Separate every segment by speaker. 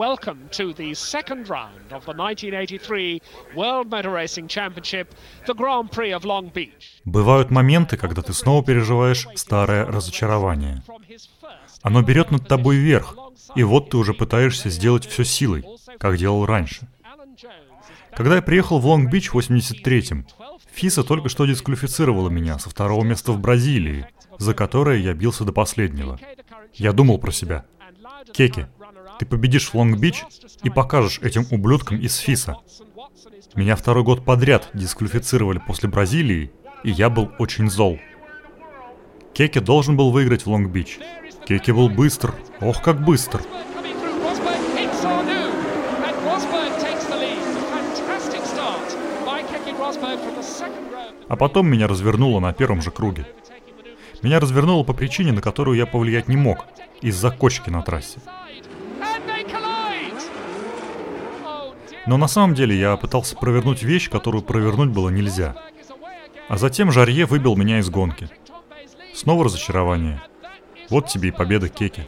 Speaker 1: welcome to the second round of the 1983 World Motor Racing Championship, the Grand Prix of Long Beach.
Speaker 2: Бывают моменты, когда ты снова переживаешь старое разочарование. Оно берет над тобой верх, и вот ты уже пытаешься сделать все силой, как делал раньше. Когда я приехал в Лонг-Бич в 83-м, FISA только что дисквалифицировала меня со второго места в Бразилии, за которое я бился до последнего. Я думал про себя. Кеки, ты победишь в Лонг-Бич и покажешь этим ублюдкам из FISA. Меня второй год подряд дисквалифицировали после Бразилии, и я был очень зол. Кеки должен был выиграть в Лонг-Бич. Кеки был быстр. Ох, как быстр. А потом меня развернуло на первом же круге. Меня развернуло по причине, на которую я повлиять не мог, из-за кочки на трассе. Но на самом деле я пытался провернуть вещь, которую провернуть было нельзя. А затем Жарье выбил меня из гонки. Снова разочарование. Вот тебе и победа Кеки.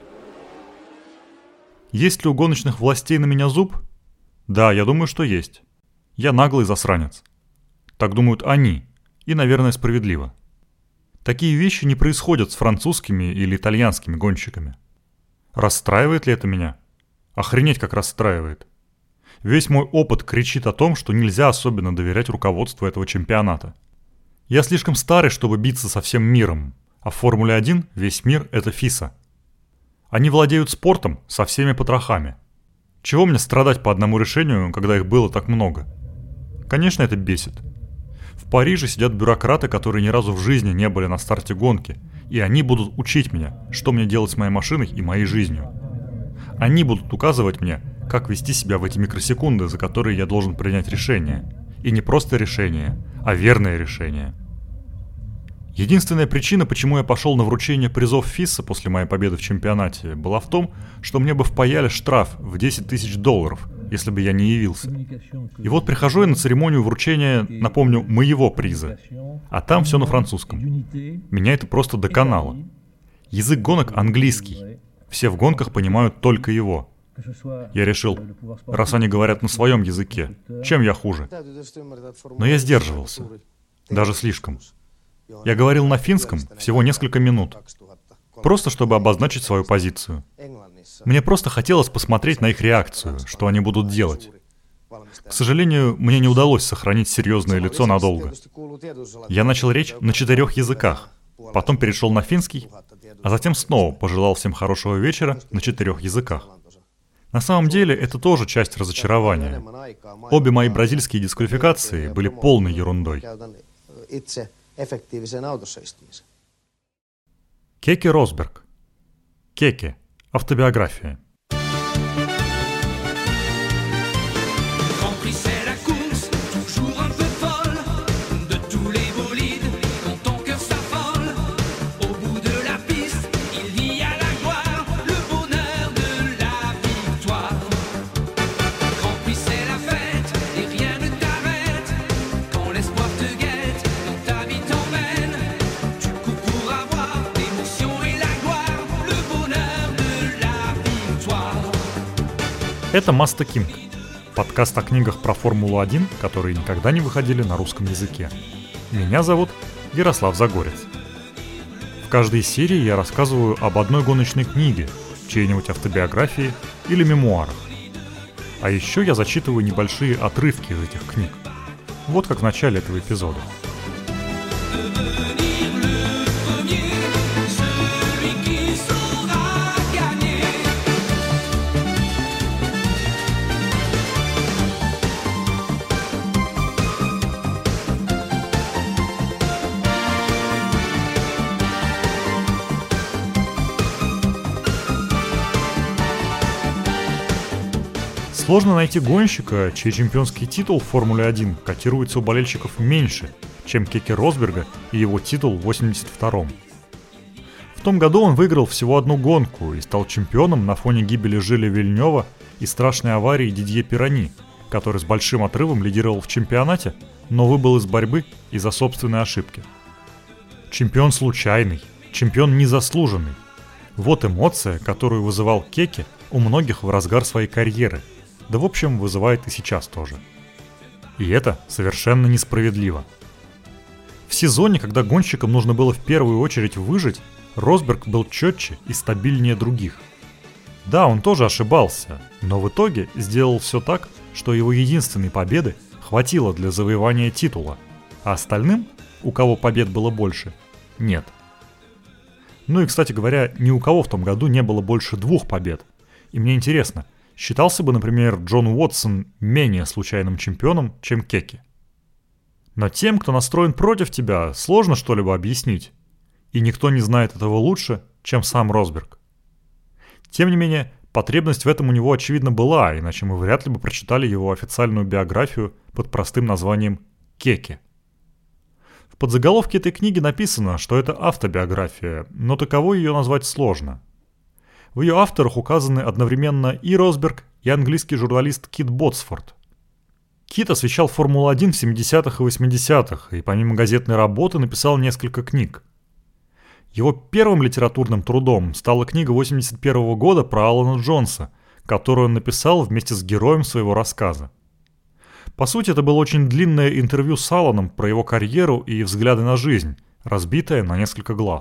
Speaker 2: Есть ли у гоночных властей на меня зуб? Да, я думаю, что есть. Я наглый засранец. Так думают они. И, наверное, справедливо. Такие вещи не происходят с французскими или итальянскими гонщиками. Расстраивает ли это меня? Охренеть, как расстраивает. Весь мой опыт кричит о том, что нельзя особенно доверять руководству этого чемпионата. Я слишком старый, чтобы биться со всем миром, а в Формуле-1 весь мир — это FISA. Они владеют спортом со всеми потрохами. Чего мне страдать по одному решению, когда их было так много? Конечно, это бесит. В Париже сидят бюрократы, которые ни разу в жизни не были на старте гонки, и они будут учить меня, что мне делать с моей машиной и моей жизнью. Они будут указывать мне, как вести себя в эти микросекунды, за которые я должен принять решение. И не просто решение, а верное решение. Единственная причина, почему я пошел на вручение призов FISA после моей победы в чемпионате, была в том, что мне бы впаяли штраф в $10 000, если бы я не явился. И вот прихожу я на церемонию вручения, напомню, моего приза, а там все на французском. Меня это просто доконало. Язык гонок английский. Все в гонках понимают только его. Я решил, раз они говорят на своем языке, чем я хуже? Но я сдерживался. Даже слишком. Я говорил на финском всего несколько минут. Просто чтобы обозначить свою позицию. Мне просто хотелось посмотреть на их реакцию, что они будут делать. К сожалению, мне не удалось сохранить серьезное лицо надолго. Я начал речь на 4 языках, потом перешел на финский, а затем снова пожелал всем хорошего вечера на 4 языках. На самом деле, это тоже часть разочарования. Обе мои бразильские дисквалификации были полной ерундой. Кеки Росберг. Кеки. Автобиография. Это Маста Кинг, подкаст о книгах про Формулу-1, которые никогда не выходили на русском языке. Меня зовут Ярослав Загорец. В каждой серии я рассказываю об одной гоночной книге, чьей-нибудь автобиографии или мемуарах. А еще я зачитываю небольшие отрывки из этих книг. Вот как в начале этого эпизода. Сложно найти гонщика, чей чемпионский титул в Формуле-1 котируется у болельщиков меньше, чем Кеки Росберга и его титул в 82-м. В том году он выиграл всего одну гонку и стал чемпионом на фоне гибели Жиля Вильнёва и страшной аварии Дидье Пирани, который с большим отрывом лидировал в чемпионате, но выбыл из борьбы из-за собственной ошибки. Чемпион случайный, чемпион незаслуженный. Вот эмоция, которую вызывал Кеки, у многих в разгар своей карьеры, да в общем вызывает и сейчас тоже. И это совершенно несправедливо. В сезоне, когда гонщикам нужно было в первую очередь выжить, Росберг был четче и стабильнее других. Да, он тоже ошибался, но в итоге сделал все так, что его единственной победы хватило для завоевания титула, а остальным, у кого побед было больше, нет. Ну и, кстати говоря, ни у кого в том году не было больше 2 побед. И мне интересно, считался бы, например, Джон Уотсон менее случайным чемпионом, чем Кеки? Но тем, кто настроен против тебя, сложно что-либо объяснить. И никто не знает этого лучше, чем сам Росберг. Тем не менее, потребность в этом у него очевидно была, иначе мы вряд ли бы прочитали его официальную биографию под простым названием «Кеки». В подзаголовке этой книги написано, что это автобиография, но таковой ее назвать сложно. В ее авторах указаны одновременно и Росберг, и английский журналист Кит Ботсфорд. Кит освещал Формулу-1 в 70-х и 80-х, и помимо газетной работы написал несколько книг. Его первым литературным трудом стала книга 81 года про Алана Джонса, которую он написал вместе с героем своего рассказа. По сути, это было очень длинное интервью с Аланом про его карьеру и взгляды на жизнь, разбитое на несколько глав.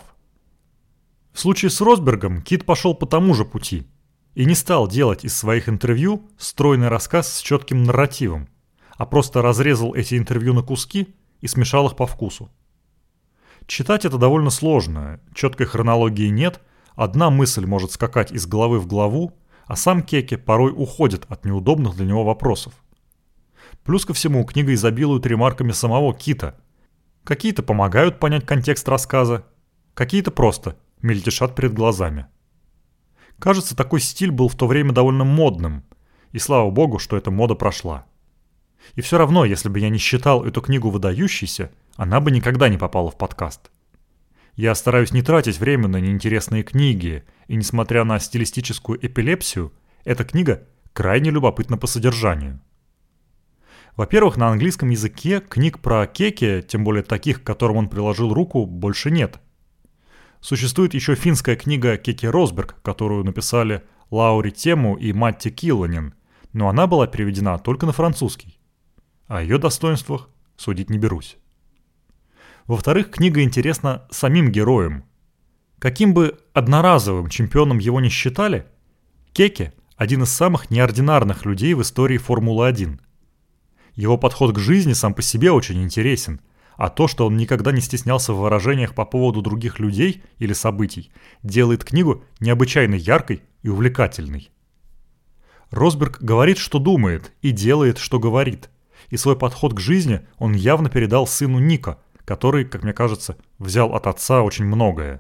Speaker 2: В случае с Росбергом Кит пошел по тому же пути и не стал делать из своих интервью стройный рассказ с четким нарративом, а просто разрезал эти интервью на куски и смешал их по вкусу. Читать это довольно сложно, четкой хронологии нет, одна мысль может скакать из головы в главу, а сам Кеки порой уходит от неудобных для него вопросов. Плюс ко всему, книга изобилует ремарками самого Кита. Какие-то помогают понять контекст рассказа, какие-то просто мельтешат перед глазами. Кажется, такой стиль был в то время довольно модным, и слава богу, что эта мода прошла. И все равно, если бы я не считал эту книгу выдающейся, она бы никогда не попала в подкаст. Я стараюсь не тратить время на неинтересные книги, и несмотря на стилистическую эпилепсию, эта книга крайне любопытна по содержанию. Во-первых, на английском языке книг про Кеки, тем более таких, к которым он приложил руку, больше нет. Существует еще финская книга Кеки Росберг, которую написали Лаури Тему и Матти Килланен, но она была переведена только на французский. О ее достоинствах судить не берусь. Во-вторых, книга интересна самим героем. Каким бы одноразовым чемпионом его ни считали, Кеки – один из самых неординарных людей в истории Формулы-1. Его подход к жизни сам по себе очень интересен, а то, что он никогда не стеснялся в выражениях по поводу других людей или событий, делает книгу необычайно яркой и увлекательной. Росберг говорит, что думает, и делает, что говорит, и свой подход к жизни он явно передал сыну Ника, который, как мне кажется, взял от отца очень многое.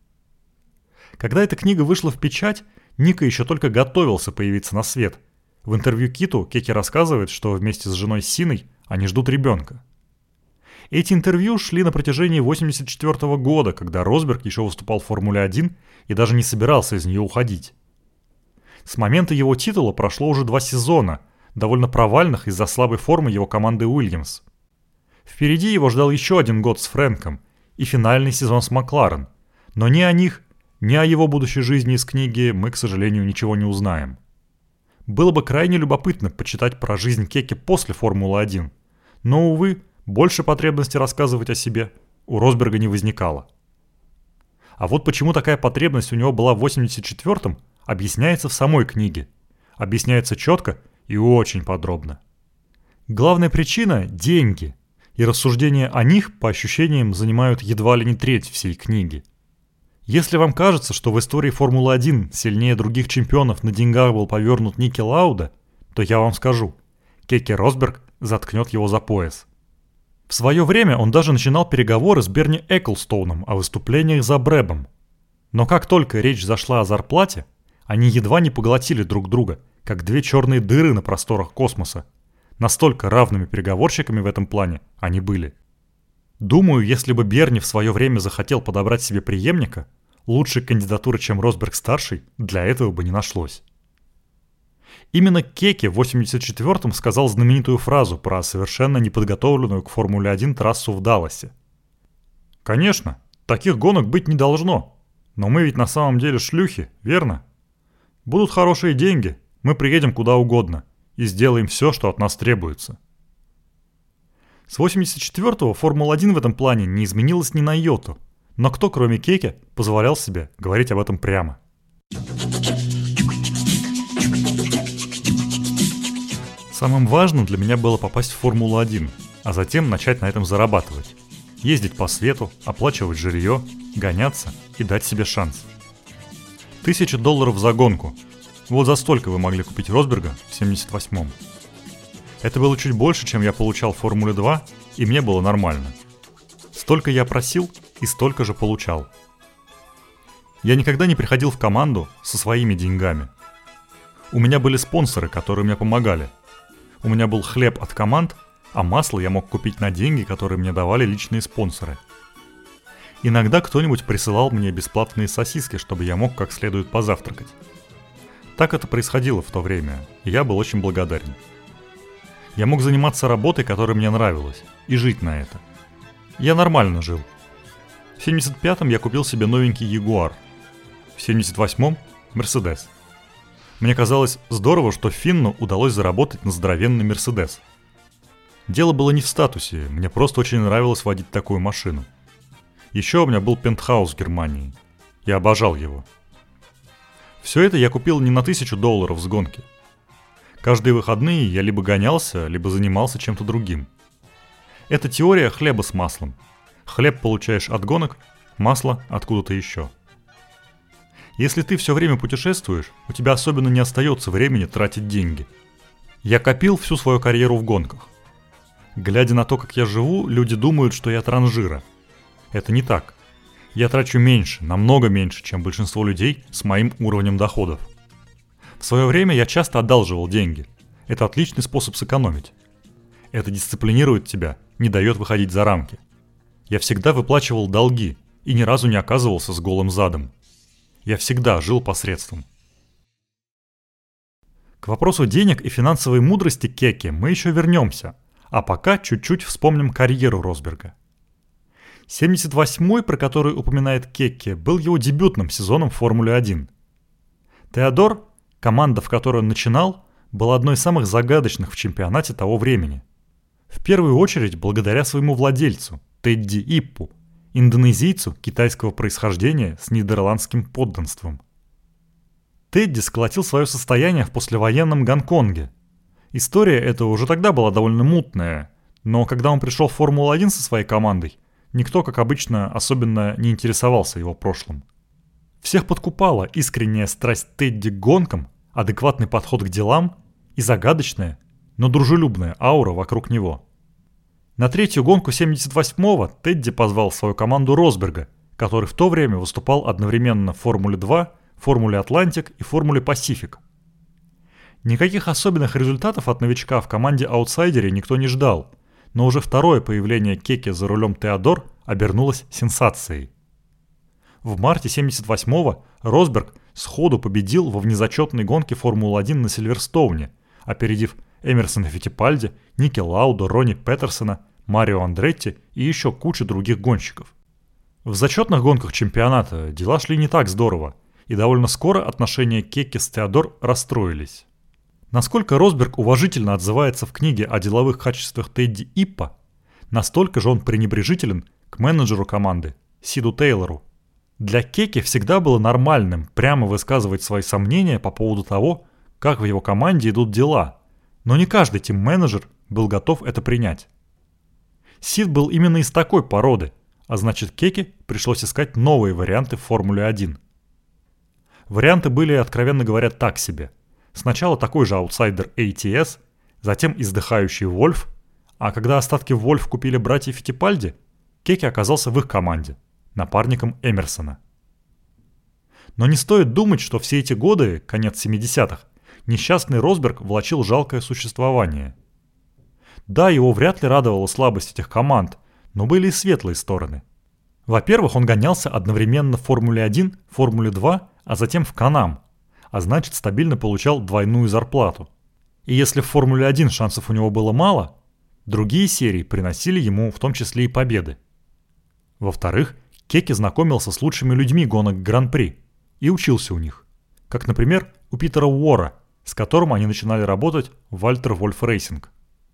Speaker 2: Когда эта книга вышла в печать, Ника еще только готовился появиться на свет. В интервью Киту Кеки рассказывает, что вместе с женой Синой они ждут ребенка. Эти интервью шли на протяжении 1984 года, когда Росберг еще выступал в Формуле-1 и даже не собирался из нее уходить. С момента его титула прошло уже 2 сезона, довольно провальных из-за слабой формы его команды Уильямс. Впереди его ждал еще 1 год с Фрэнком и финальный сезон с Макларен, но ни о них, ни о его будущей жизни из книги мы, к сожалению, ничего не узнаем. Было бы крайне любопытно почитать про жизнь Кеки после Формулы-1, но, увы, больше потребности рассказывать о себе у Росберга не возникало. А вот почему такая потребность у него была в 1984-м, объясняется в самой книге. Объясняется четко и очень подробно. Главная причина – деньги, и рассуждения о них, по ощущениям, занимают едва ли не треть всей книги. Если вам кажется, что в истории Формулы-1 сильнее других чемпионов на деньгах был повернут Ники Лауда, то я вам скажу – Кеки Росберг заткнет его за пояс. В свое время он даже начинал переговоры с Берни Эклстоуном о выступлениях за Брэбом. Но как только речь зашла о зарплате, они едва не поглотили друг друга, как 2 черные дыры на просторах космоса. Настолько равными переговорщиками в этом плане они были. Думаю, если бы Берни в свое время захотел подобрать себе преемника, лучшей кандидатуры, чем Росберг-старший, для этого бы не нашлось. Именно Кеки в 1984-м сказал знаменитую фразу про совершенно неподготовленную к Формуле-1 трассу в Далласе. «Конечно, таких гонок быть не должно, но мы ведь на самом деле шлюхи, верно? Будут хорошие деньги, мы приедем куда угодно и сделаем все, что от нас требуется. С 84-го Формула-1 в этом плане не изменилась ни на йоту, но кто, кроме Кеке, позволял себе говорить об этом прямо? Самым важным для меня было попасть в Формулу-1, а затем начать на этом зарабатывать. Ездить по свету, оплачивать жилье, гоняться и дать себе шанс. $1000 за гонку. Вот за столько вы могли купить Росберга в 78-м. Это было чуть больше, чем я получал в Формуле 2, и мне было нормально. Столько я просил и столько же получал. Я никогда не приходил в команду со своими деньгами. У меня были спонсоры, которые мне помогали. У меня был хлеб от команд, а масло я мог купить на деньги, которые мне давали личные спонсоры. Иногда кто-нибудь присылал мне бесплатные сосиски, чтобы я мог как следует позавтракать. Так это происходило в то время, и я был очень благодарен. Я мог заниматься работой, которая мне нравилась, и жить на это. Я нормально жил. В 75-м я купил себе новенький Ягуар. В 78-м – Мерседес. Мне казалось здорово, что Финну удалось заработать на здоровенный Мерседес. Дело было не в статусе, мне просто очень нравилось водить такую машину. Еще у меня был пентхаус в Германии. Я обожал его. Все это я купил не на $1000 с гонки. Каждые выходные я либо гонялся, либо занимался чем-то другим. Это теория хлеба с маслом. Хлеб получаешь от гонок, масло откуда-то еще. Если ты все время путешествуешь, у тебя особенно не остается времени тратить деньги. Я копил всю свою карьеру в гонках. Глядя на то, как я живу, люди думают, что я транжира. Это не так. Я трачу меньше, намного меньше, чем большинство людей с моим уровнем доходов. В свое время я часто одалживал деньги. Это отличный способ сэкономить. Это дисциплинирует тебя, не дает выходить за рамки. Я всегда выплачивал долги и ни разу не оказывался с голым задом. Я всегда жил посредством. К вопросу денег и финансовой мудрости Кеке мы еще вернемся, а пока чуть-чуть вспомним карьеру Росберга. 78-й, про который упоминает Кекке, был его дебютным сезоном в Формуле 1. Теодор, команда, в которой он начинал, была одной из самых загадочных в чемпионате того времени. В первую очередь благодаря своему владельцу, Тедди Иппу, индонезийцу китайского происхождения с нидерландским подданством. Тедди сколотил свое состояние в послевоенном Гонконге. История эта уже тогда была довольно мутная, но когда он пришел в Формулу-1 со своей командой, никто, как обычно, особенно не интересовался его прошлым. Всех подкупала искренняя страсть Тедди к гонкам, адекватный подход к делам и загадочная, но дружелюбная аура вокруг него. На третью гонку 78-го Тедди позвал в свою команду Росберга, который в то время выступал одновременно в Формуле 2, Формуле Атлантик и Формуле Пасифик. Никаких особенных результатов от новичка в команде-аутсайдере никто не ждал, но уже второе появление Кеке за рулем Теодор обернулось сенсацией. В марте 78-го Росберг сходу победил во внезачетной гонке Формулы-1 на Сильверстоуне, опередив Эмерсона Фиттипальди, Ники Лауда, Ронни Петерсона, Марио Андретти и еще кучу других гонщиков. В зачетных гонках чемпионата дела шли не так здорово, и довольно скоро отношения Кеке с Теодор расстроились. Насколько Росберг уважительно отзывается в книге о деловых качествах Тедди Иппа, настолько же он пренебрежителен к менеджеру команды, Сиду Тейлору. Для Кеке всегда было нормальным прямо высказывать свои сомнения по поводу того, как в его команде идут дела, но не каждый тим-менеджер был готов это принять. Сид был именно из такой породы, а значит Кеке пришлось искать новые варианты в Формуле 1. Варианты были, откровенно говоря, так себе. Сначала такой же аутсайдер ATS, затем издыхающий Вольф, а когда остатки Вольф купили братья Фиттипальди, Кеке оказался в их команде, напарником Эмерсона. Но не стоит думать, что все эти годы, конец 70-х, несчастный Росберг влачил жалкое существование. Да, его вряд ли радовала слабость этих команд, но были и светлые стороны. Во-первых, он гонялся одновременно в Формуле 1, Формуле 2, а затем в Канам, а значит стабильно получал двойную зарплату. И если в Формуле 1 шансов у него было мало, другие серии приносили ему в том числе и победы. Во-вторых, Кеке знакомился с лучшими людьми гонок Гран-при и учился у них. Как, например, у Питера Уорра, с которым они начинали работать в Вальтер Вольф Рейсинг.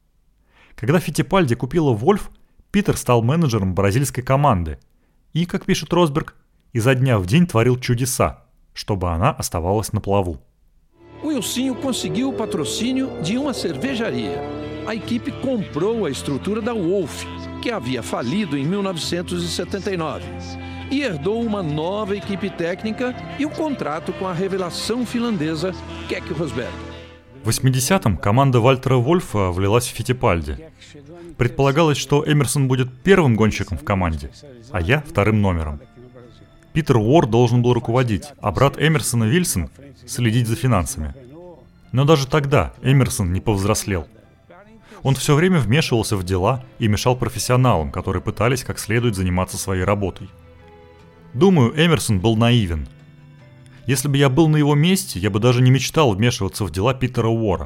Speaker 2: Когда Фиттипальди купила Вольф, Питер стал менеджером бразильской команды и, как пишет Росберг, изо дня в день творил чудеса, чтобы она оставалась на плаву.
Speaker 3: O Ilcinho conseguiu o patrocínio de uma cervejaria. A equipe comprou a estrutura da Wolf, que havia falido em 1979, e herdou uma nova equipe técnica e o contrato com a revelação finlandesa Keke Rosberg.
Speaker 2: В 80-м команда Вальтера Вольфа влилась в Фиттипальди. Предполагалось, что Эмерсон будет первым гонщиком в команде, а я вторым номером. Питер Уорр должен был руководить, а брат Эмерсона Вильсон следить за финансами. Но даже тогда Эмерсон не повзрослел. Он все время вмешивался в дела и мешал профессионалам, которые пытались как следует заниматься своей работой. Думаю, Эмерсон был наивен. Если бы я был на его месте, я бы даже не мечтал вмешиваться в дела Питера Уорра.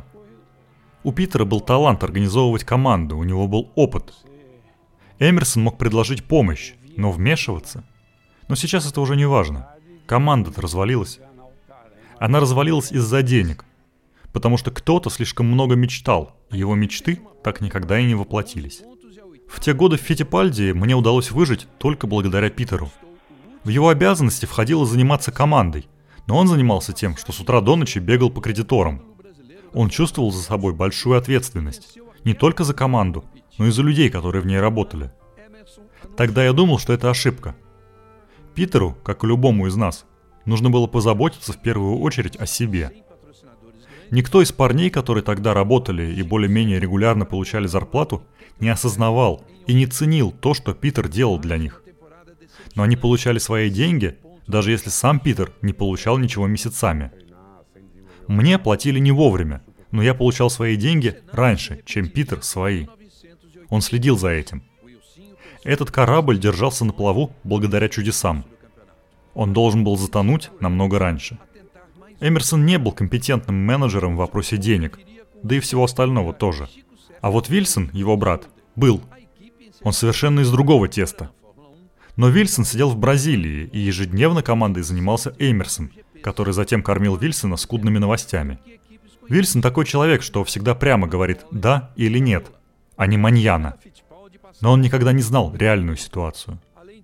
Speaker 2: У Питера был талант организовывать команду, у него был опыт. Эмерсон мог предложить помощь, но вмешиваться... Но сейчас это уже не важно. Команда-то развалилась. Она развалилась из-за денег. Потому что кто-то слишком много мечтал, и его мечты так никогда и не воплотились. В те годы в Фиттипальди мне удалось выжить только благодаря Питеру. В его обязанности входило заниматься командой, но он занимался тем, что с утра до ночи бегал по кредиторам. Он чувствовал за собой большую ответственность. Не только за команду, но и за людей, которые в ней работали. Тогда я думал, что это ошибка. Питеру, как и любому из нас, нужно было позаботиться в первую очередь о себе. Никто из парней, которые тогда работали и более-менее регулярно получали зарплату, не осознавал и не ценил то, что Питер делал для них. Но они получали свои деньги, даже если сам Питер не получал ничего месяцами. Мне платили не вовремя, но я получал свои деньги раньше, чем Питер свои. Он следил за этим. Этот корабль держался на плаву благодаря чудесам. Он должен был затонуть намного раньше. Эмерсон не был компетентным менеджером в вопросе денег, да и всего остального тоже. А вот Вильсон, его брат, был. Он совершенно из другого теста. Но Вильсон сидел в Бразилии, и ежедневно командой занимался Эмерсон, который затем кормил Вильсона скудными новостями. Вильсон такой человек, что всегда прямо говорит «да» или «нет», а не маньяна. Но он никогда не знал реальную ситуацию.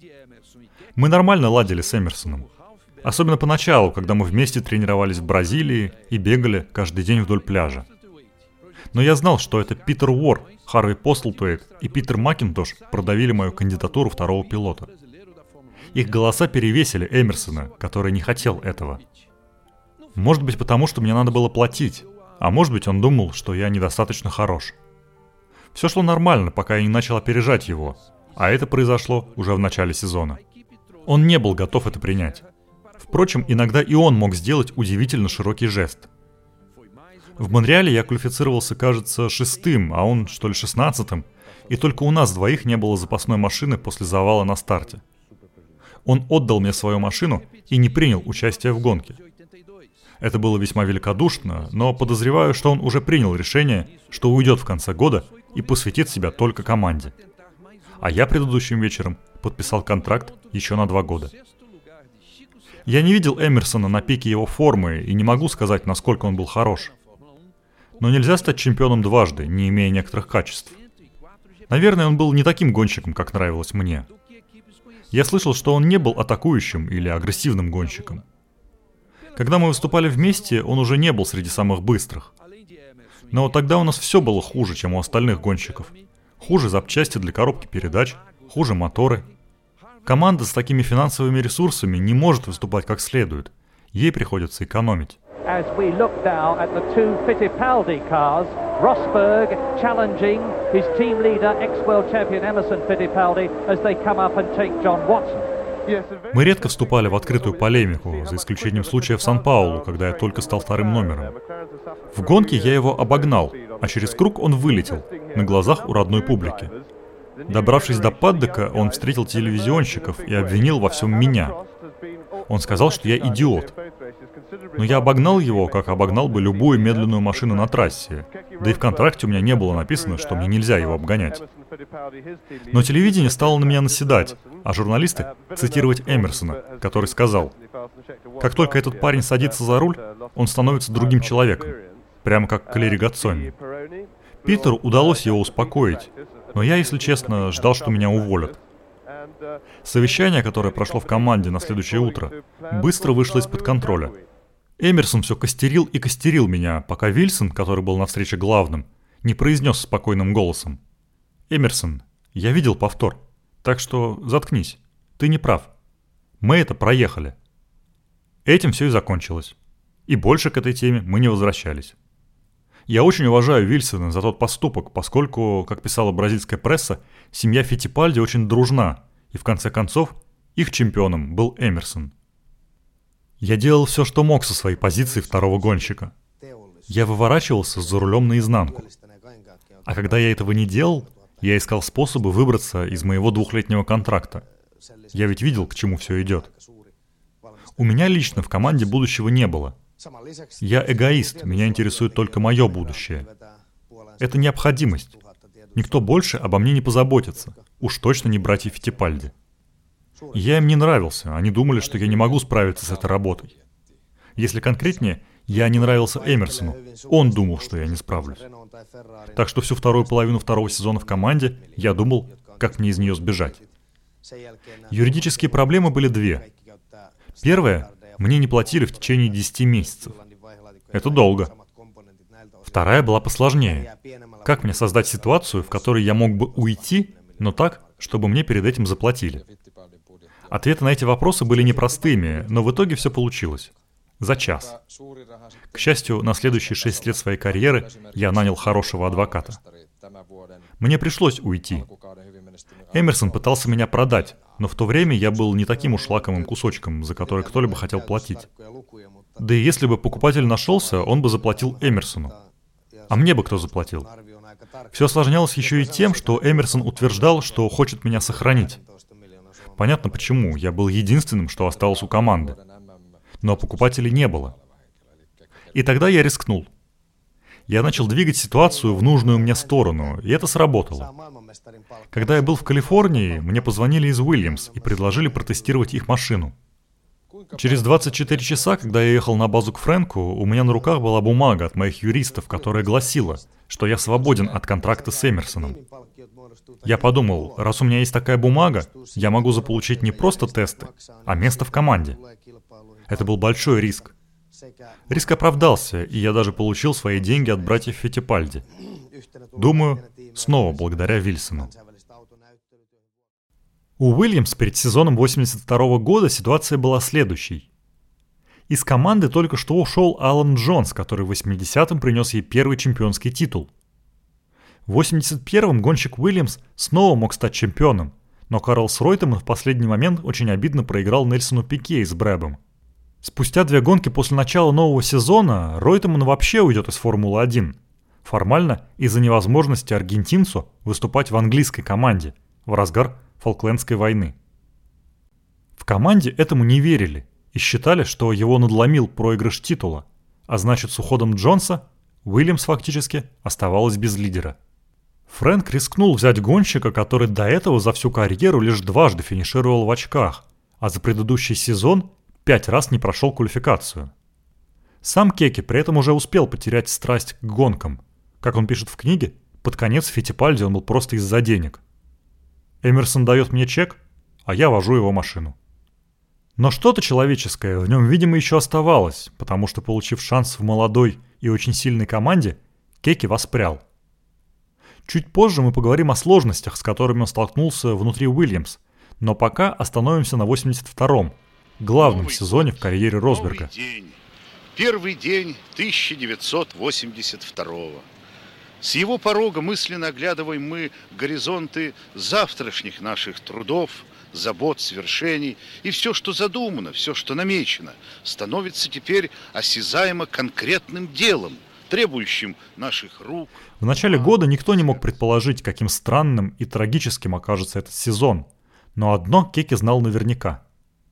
Speaker 2: Мы нормально ладили с Эмерсоном. Особенно поначалу, когда мы вместе тренировались в Бразилии и бегали каждый день вдоль пляжа. Но я знал, что это Питер Уорр, Харви Постлтуэйт и Питер Макинтош продавили мою кандидатуру второго пилота. Их голоса перевесили Эмерсона, который не хотел этого. Может быть, потому что мне надо было платить, а может быть, он думал, что я недостаточно хорош. Все шло нормально, пока я не начал опережать его, а это произошло уже в начале сезона. Он не был готов это принять. Впрочем, иногда и он мог сделать удивительно широкий жест. В Монреале я квалифицировался, кажется, 6-м, а он, что ли, 16-м, и только у нас двоих не было запасной машины после завала на старте. Он отдал мне свою машину и не принял участие в гонке. Это было весьма великодушно, но подозреваю, что он уже принял решение, что уйдет в конце года и посвятит себя только команде. А я предыдущим вечером подписал контракт еще на 2 года. Я не видел Эмерсона на пике его формы и не могу сказать, насколько он был хорош. Но нельзя стать чемпионом дважды, не имея некоторых качеств. Наверное, он был не таким гонщиком, как нравилось мне. Я слышал, что он не был атакующим или агрессивным гонщиком. Когда мы выступали вместе, он уже не был среди самых быстрых. Но тогда у нас все было хуже, чем у остальных гонщиков. Хуже запчасти для коробки передач, хуже моторы. Команда с такими финансовыми ресурсами не может выступать как следует. Ей приходится экономить.
Speaker 4: As we look now at the two Fittipaldi cars, Rosberg challenging his team leader, ex-world champion Emerson Fittipaldi, as they come up and take John Watson.
Speaker 2: Мы редко вступали в открытую полемику, за исключением случая в Сан-Паулу, когда я только стал вторым номером. В гонке я его обогнал, а через круг он вылетел, на глазах у родной публики. Добравшись до паддока, он встретил телевизионщиков и обвинил во всем меня. Он сказал, что я идиот. Но я обогнал его, как обогнал бы любую медленную машину на трассе. Да и в контракте у меня не было написано, что мне нельзя его обгонять. Но телевидение стало на меня наседать, а журналисты цитировать Эмерсона, который сказал: «Как только этот парень садится за руль, он становится другим человеком, прямо как Калери Гаццони». Питеру удалось его успокоить, но я, если честно, ждал, что меня уволят. Совещание, которое прошло в команде на следующее утро, быстро вышло из-под контроля. Эмерсон все костерил и костерил меня, пока Вильсон, который был на встрече главным, не произнес спокойным голосом: «Эмерсон, я видел повтор, так что заткнись, ты не прав. Мы это проехали». Этим все и закончилось. И больше к этой теме мы не возвращались. Я очень уважаю Вильсона за тот поступок, поскольку, как писала бразильская пресса, семья Фиттипальди очень дружна, и в конце концов их чемпионом был Эмерсон. Я делал все, что мог со своей позиции второго гонщика. Я выворачивался за рулем наизнанку. А когда я этого не делал, я искал способы выбраться из моего 2-летнего контракта. Я ведь видел, к чему все идет. У меня лично в команде будущего не было. Я эгоист, меня интересует только мое будущее. Это необходимость. Никто больше обо мне не позаботится. Уж точно не братья Фиттипальди. Я им не нравился, они думали, что я не могу справиться с этой работой. Если конкретнее, я не нравился Эмерсону, он думал, что я не справлюсь. Так что всю вторую половину второго сезона в команде я думал, как мне из нее сбежать. Юридические проблемы были две. Первая — мне не платили в течение 10 месяцев. Это долго. Вторая была посложнее. Как мне создать ситуацию, в которой я мог бы уйти, но так, чтобы мне перед этим заплатили? Ответы на эти вопросы были непростыми, но в итоге все получилось. За час. К счастью, на следующие 6 лет своей карьеры я нанял хорошего адвоката. Мне пришлось уйти. Эмерсон пытался меня продать, но в то время я был не таким уж лакомым кусочком, за который кто-либо хотел платить. Да и если бы покупатель нашелся, он бы заплатил Эмерсону. А мне бы кто заплатил? Все осложнялось еще и тем, что Эмерсон утверждал, что хочет меня сохранить. Понятно почему, я был единственным, что осталось у команды. Но покупателей не было. И тогда я рискнул. Я начал двигать ситуацию в нужную мне сторону, и это сработало. Когда я был в Калифорнии, мне позвонили из Уильямс и предложили протестировать их машину. Через 24 часа, когда я ехал на базу к Фрэнку, у меня на руках была бумага от моих юристов, которая гласила, что я свободен от контракта с Эмерсоном. Я подумал, раз у меня есть такая бумага, я могу заполучить не просто тесты, а место в команде. Это был большой риск. Риск оправдался, и я даже получил свои деньги от братьев Фиттипальди. Думаю, снова благодаря Вильсону. У Уильямс перед сезоном 1982 года ситуация была следующей. Из команды только что ушел Алан Джонс, который в 80-м принес ей первый чемпионский титул. В 81-м гонщик Уильямс снова мог стать чемпионом, но Карлс Ройтеман в последний момент очень обидно проиграл Нельсону Пике из Брэбом. Спустя 2 гонки после начала нового сезона Ройтеман вообще уйдет из Формулы-1. Формально из-за невозможности аргентинцу выступать в английской команде в разгар Фолклендской войны. В команде этому не верили и считали, что его надломил проигрыш титула, а значит с уходом Джонса Уильямс фактически оставалась без лидера. Фрэнк рискнул взять гонщика, который до этого за всю карьеру лишь дважды финишировал в очках, а за предыдущий сезон 5 раз не прошел квалификацию. Сам Кеки при этом уже успел потерять страсть к гонкам. Как он пишет в книге, под конец Фиттипальди он был просто из-за денег. Эмерсон дает мне чек, а я вожу его машину. Но что-то человеческое в нем, видимо, еще оставалось, потому что, получив шанс в молодой и очень сильной команде, Кеки воспрял. Чуть позже мы поговорим о сложностях, с которыми он столкнулся внутри Уильямс, но пока остановимся на 82-м, главном сезоне в карьере Росберга.
Speaker 5: Первый день 1982-го. С его порога мысленно оглядываем мы горизонты завтрашних наших трудов, забот, свершений, и все, что задумано, все, что намечено, становится теперь осязаемо конкретным делом, требующим наших рук.
Speaker 2: В начале года никто не мог предположить, каким странным и трагическим окажется этот сезон, но одно Кеки знал наверняка.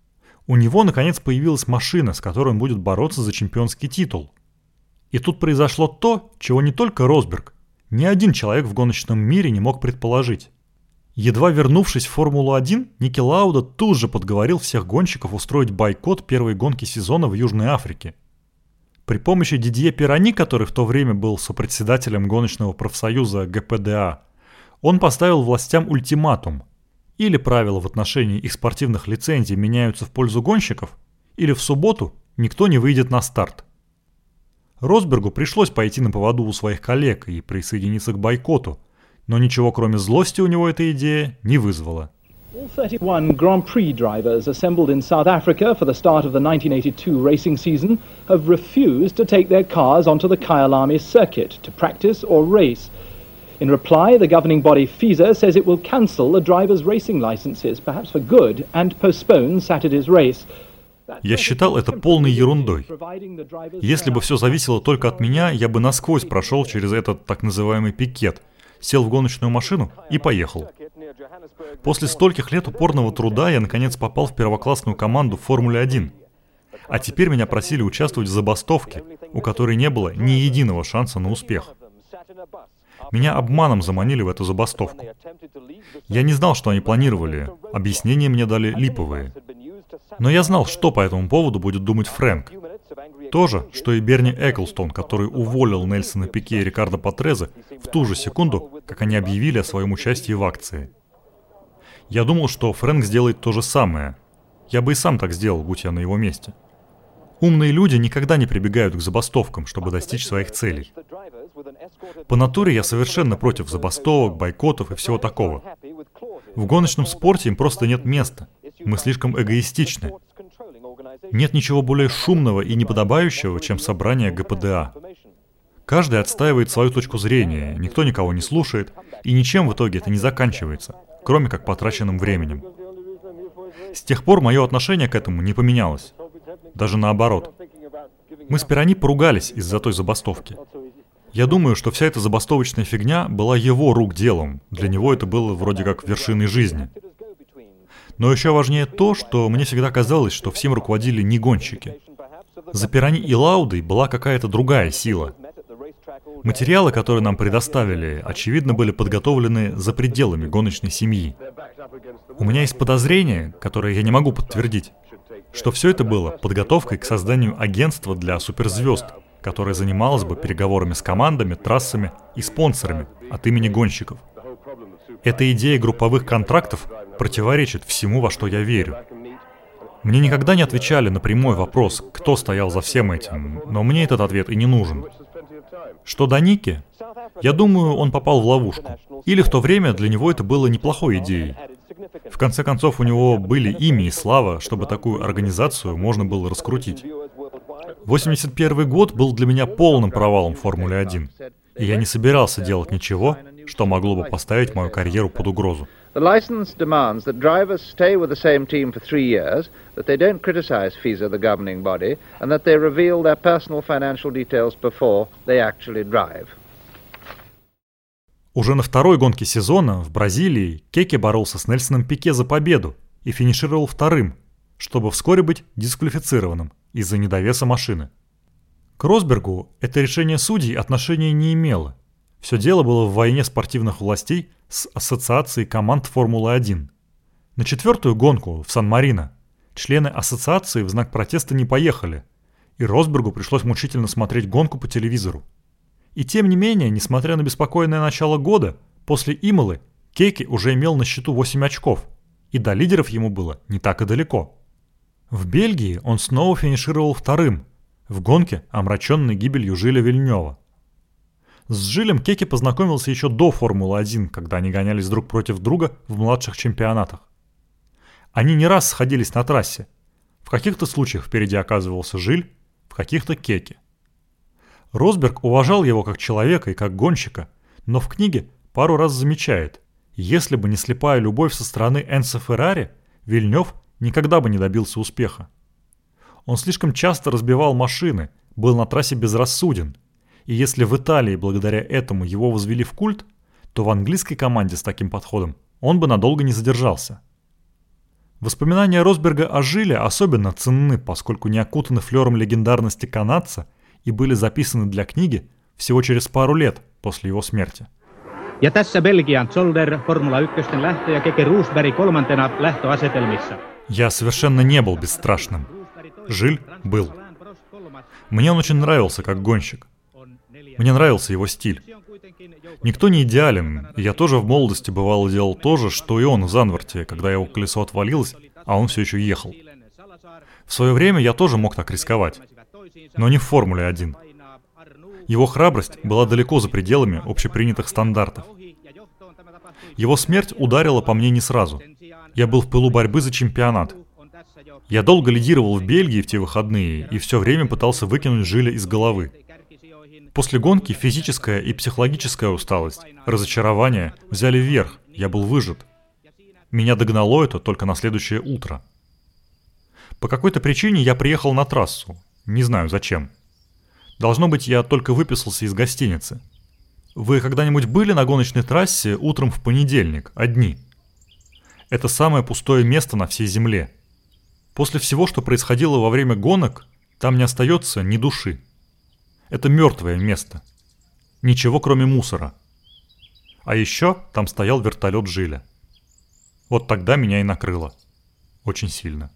Speaker 2: У него, наконец, появилась машина, с которой он будет бороться за чемпионский титул. И тут произошло то, чего не только Росберг, ни один человек в гоночном мире не мог предположить. Едва вернувшись в Формулу-1, Ники Лауда тут же подговорил всех гонщиков устроить бойкот первой гонки сезона в Южной Африке. При помощи Дидье Пирани, который в то время был сопредседателем гоночного профсоюза ГПДА, он поставил властям ультиматум. Или правила в отношении их спортивных лицензий меняются в пользу гонщиков, или в субботу никто не выйдет на старт. Росбергу пришлось пойти на поводу у своих коллег и присоединиться к бойкоту, но ничего кроме злости у него эта идея не вызвала.
Speaker 6: All 31 Grand Prix drivers assembled in South Africa for the start of the 1982 racing season have refused to take their cars onto the Kyalami circuit to practice or race. In reply, the governing body FISA says it will cancel the drivers' racing licenses, perhaps for good, and postpone Saturday's race.
Speaker 2: Я считал это полной ерундой. Если бы все зависело только от меня, я бы насквозь прошел через этот так называемый пикет, сел в гоночную машину и поехал. После стольких лет упорного труда я наконец попал в первоклассную команду в Формуле-1. А теперь меня просили участвовать в забастовке, у которой не было ни единого шанса на успех. Меня обманом заманили в эту забастовку. Я не знал, что они планировали, объяснения мне дали липовые. Но я знал, что по этому поводу будет думать Фрэнк. То же, что и Берни Эклстон, который уволил Нельсона Пике и Рикардо Патрезе в ту же секунду, как они объявили о своем участии в акции. Я думал, что Фрэнк сделает то же самое. Я бы и сам так сделал, будь я на его месте. Умные люди никогда не прибегают к забастовкам, чтобы достичь своих целей. По натуре я совершенно против забастовок, бойкотов и всего такого. В гоночном спорте им просто нет места. Мы слишком эгоистичны. Нет ничего более шумного и неподобающего, чем собрание ГПДА. Каждый отстаивает свою точку зрения, никто никого не слушает, и ничем в итоге это не заканчивается, кроме как потраченным временем. С тех пор мое отношение к этому не поменялось. Даже наоборот. Мы с Пирани поругались из-за той забастовки. Я думаю, что вся эта забастовочная фигня была его рук делом. Для него это было вроде как вершиной жизни. Но еще важнее то, что мне всегда казалось, что всем руководили не гонщики. За Пирани и Лаудой была какая-то другая сила. Материалы, которые нам предоставили, очевидно, были подготовлены за пределами гоночной семьи. У меня есть подозрение, которое я не могу подтвердить, что все это было подготовкой к созданию агентства для суперзвезд, которое занималось бы переговорами с командами, трассами и спонсорами от имени гонщиков. Эта идея групповых контрактов противоречит всему, во что я верю. Мне никогда не отвечали на прямой вопрос, кто стоял за всем этим, но мне этот ответ и не нужен. Что до Ники, я думаю, он попал в ловушку. Или в то время для него это было неплохой идеей. В конце концов, у него были имя и слава, чтобы такую организацию можно было раскрутить. 81 год был для меня полным провалом в Формуле-1, и я не собирался делать ничего, что могло бы поставить мою карьеру под угрозу.
Speaker 7: The license demands that drivers stay with the same team for 3 years, that they don't criticize FISA, the governing body, and that they reveal their personal financial details before they actually drive.
Speaker 2: Уже на второй гонке сезона в Бразилии Кеке боролся с Нельсоном Пике за победу и финишировал вторым, чтобы вскоре быть дисквалифицированным из-за недовеса машины. К Росбергу это решение судей отношения не имело. Все дело было в войне спортивных властей с ассоциацией команд Формулы-1. На четвертую гонку в Сан-Марино члены ассоциации в знак протеста не поехали, и Росбергу пришлось мучительно смотреть гонку по телевизору. И тем не менее, несмотря на беспокойное начало года, после Имолы Кейки уже имел на счету 8 очков, и до лидеров ему было не так и далеко. В Бельгии он снова финишировал вторым, в гонке, омраченной гибелью Жиля Вильнёва. С Жилем Кеке познакомился еще до Формулы-1, когда они гонялись друг против друга в младших чемпионатах. Они не раз сходились на трассе. В каких-то случаях впереди оказывался Жиль, в каких-то Кеке. Росберг уважал его как человека и как гонщика, но в книге пару раз замечает, если бы не слепая любовь со стороны Энцо Феррари, Вильнёв никогда бы не добился успеха. Он слишком часто разбивал машины, был на трассе безрассуден, и если в Италии благодаря этому его возвели в культ, то в английской команде с таким подходом он бы надолго не задержался. Воспоминания Росберга о Жиле особенно ценны, поскольку не окутаны флером легендарности канадца и были записаны для книги всего через пару лет после его смерти.
Speaker 8: Ja tässä Belgian Zolder Formula 1 lähtö ja Keke Rosberg kolmantena lähtöasetelmissa.
Speaker 2: Я совершенно не был бесстрашным. Жиль был. Мне он очень нравился как гонщик. Мне нравился его стиль. Никто не идеален, и я тоже в молодости бывало делал то же, что и он в Занворте, когда его колесо отвалилось, а он все еще ехал. В свое время я тоже мог так рисковать, но не в Формуле 1. Его храбрость была далеко за пределами общепринятых стандартов. Его смерть ударила по мне не сразу. Я был в пылу борьбы за чемпионат. Я долго лидировал в Бельгии в те выходные и все время пытался выкинуть Жиля из головы. После гонки физическая и психологическая усталость, разочарование взяли вверх, я был выжат. Меня догнало это только на следующее утро. По какой-то причине я приехал на трассу, не знаю зачем. Должно быть, я только выписался из гостиницы. Вы когда-нибудь были на гоночной трассе утром в понедельник, одни? Это самое пустое место на всей земле. После всего, что происходило во время гонок, там не остается ни души. Это мертвое место. Ничего, кроме мусора. А еще там стоял вертолет Жиля. Вот тогда меня и накрыло. Очень сильно.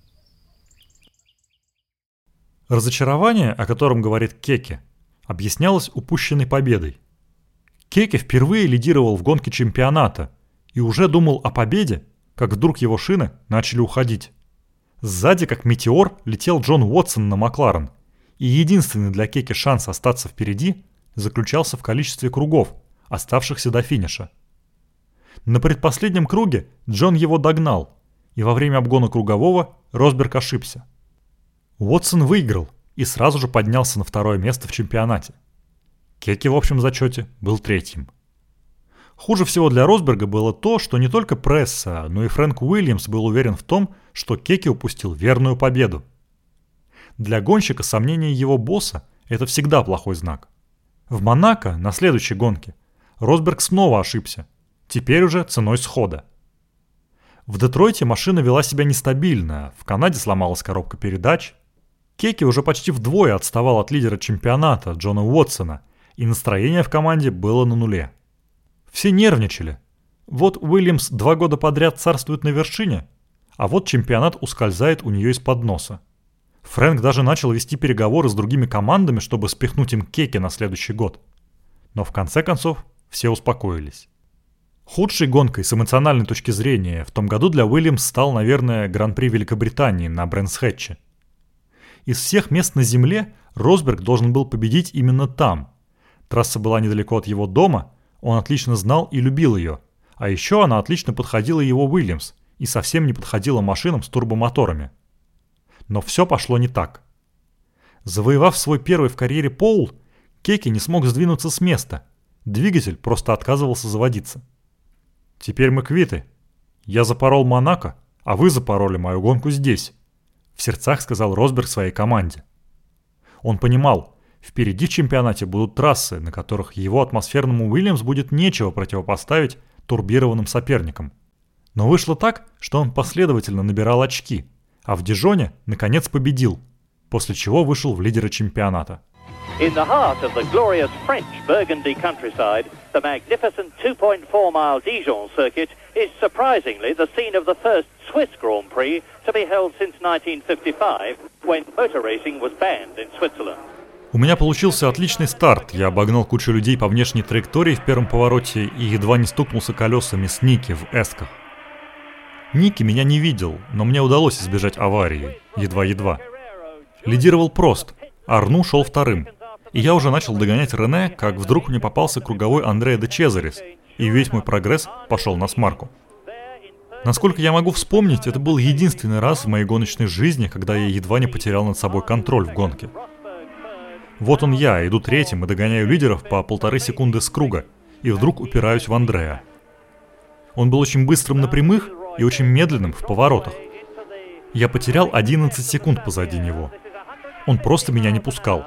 Speaker 2: Разочарование, о котором говорит Кеке, объяснялось упущенной победой. Кеке впервые лидировал в гонке чемпионата и уже думал о победе, как вдруг его шины начали уходить. Сзади, как метеор, летел Джон Уотсон на Макларен, и единственный для Кеке шанс остаться впереди заключался в количестве кругов, оставшихся до финиша. На предпоследнем круге Джон его догнал, и во время обгона кругового Росберг ошибся. Уотсон выиграл и сразу же поднялся на второе место в чемпионате. Кеке в общем зачете был третьим. Хуже всего для Росберга было то, что не только пресса, но и Фрэнк Уильямс был уверен в том, что Кеке упустил верную победу. Для гонщика сомнения его босса – это всегда плохой знак. В Монако на следующей гонке Росберг снова ошибся, теперь уже ценой схода. В Детройте машина вела себя нестабильно, в Канаде сломалась коробка передач. Кеке уже почти вдвое отставал от лидера чемпионата Джона Уотсона, и настроение в команде было на нуле. Все нервничали. Вот Уильямс 2 года подряд царствует на вершине, а вот чемпионат ускользает у нее из-под носа. Фрэнк даже начал вести переговоры с другими командами, чтобы спихнуть им Кеке на следующий год. Но в конце концов все успокоились. Худшей гонкой с эмоциональной точки зрения в том году для Уильямс стал, наверное, Гран-при Великобритании на Брэнс-Хэтче. Из всех мест на земле Росберг должен был победить именно там. Трасса была недалеко от его дома, он отлично знал и любил ее, а еще она отлично подходила его Уильямс и совсем не подходила машинам с турбомоторами. Но все пошло не так. Завоевав свой первый в карьере пол, Кеке не смог сдвинуться с места. Двигатель просто отказывался заводиться. «Теперь мы квиты. Я запорол Монако, а вы запороли мою гонку здесь», — в сердцах сказал Росберг своей команде. Он понимал, впереди в чемпионате будут трассы, на которых его атмосферному Уильямс будет нечего противопоставить турбированным соперникам. Но вышло так, что он последовательно набирал очки, а в Дижоне наконец победил, после чего вышел в лидеры чемпионата.
Speaker 4: In the heart of the glorious French Burgundy countryside, the magnificent 2.4-mile Dijon circuit is surprisingly the scene of the first Swiss Grand Prix to be held since 1955, when motor racing was banned in Switzerland.
Speaker 2: У меня получился отличный старт. Я обогнал кучу людей по внешней траектории в первом повороте и едва не стукнулся колесами с Ники в эсках. Ники меня не видел, но мне удалось избежать аварии. Едва-едва. Лидировал Прост, а Арну шел вторым. И я уже начал догонять Рене, как вдруг мне попался круговой Андреа де Чезарес, и весь мой прогресс пошел на смарку. Насколько я могу вспомнить, это был единственный раз в моей гоночной жизни, когда я едва не потерял над собой контроль в гонке. Вот он я, иду третьим и догоняю лидеров по 1,5 секунды с круга, и вдруг упираюсь в Андреа. Он был очень быстрым на прямых и очень медленным в поворотах. Я потерял 11 секунд позади него. Он просто меня не пускал.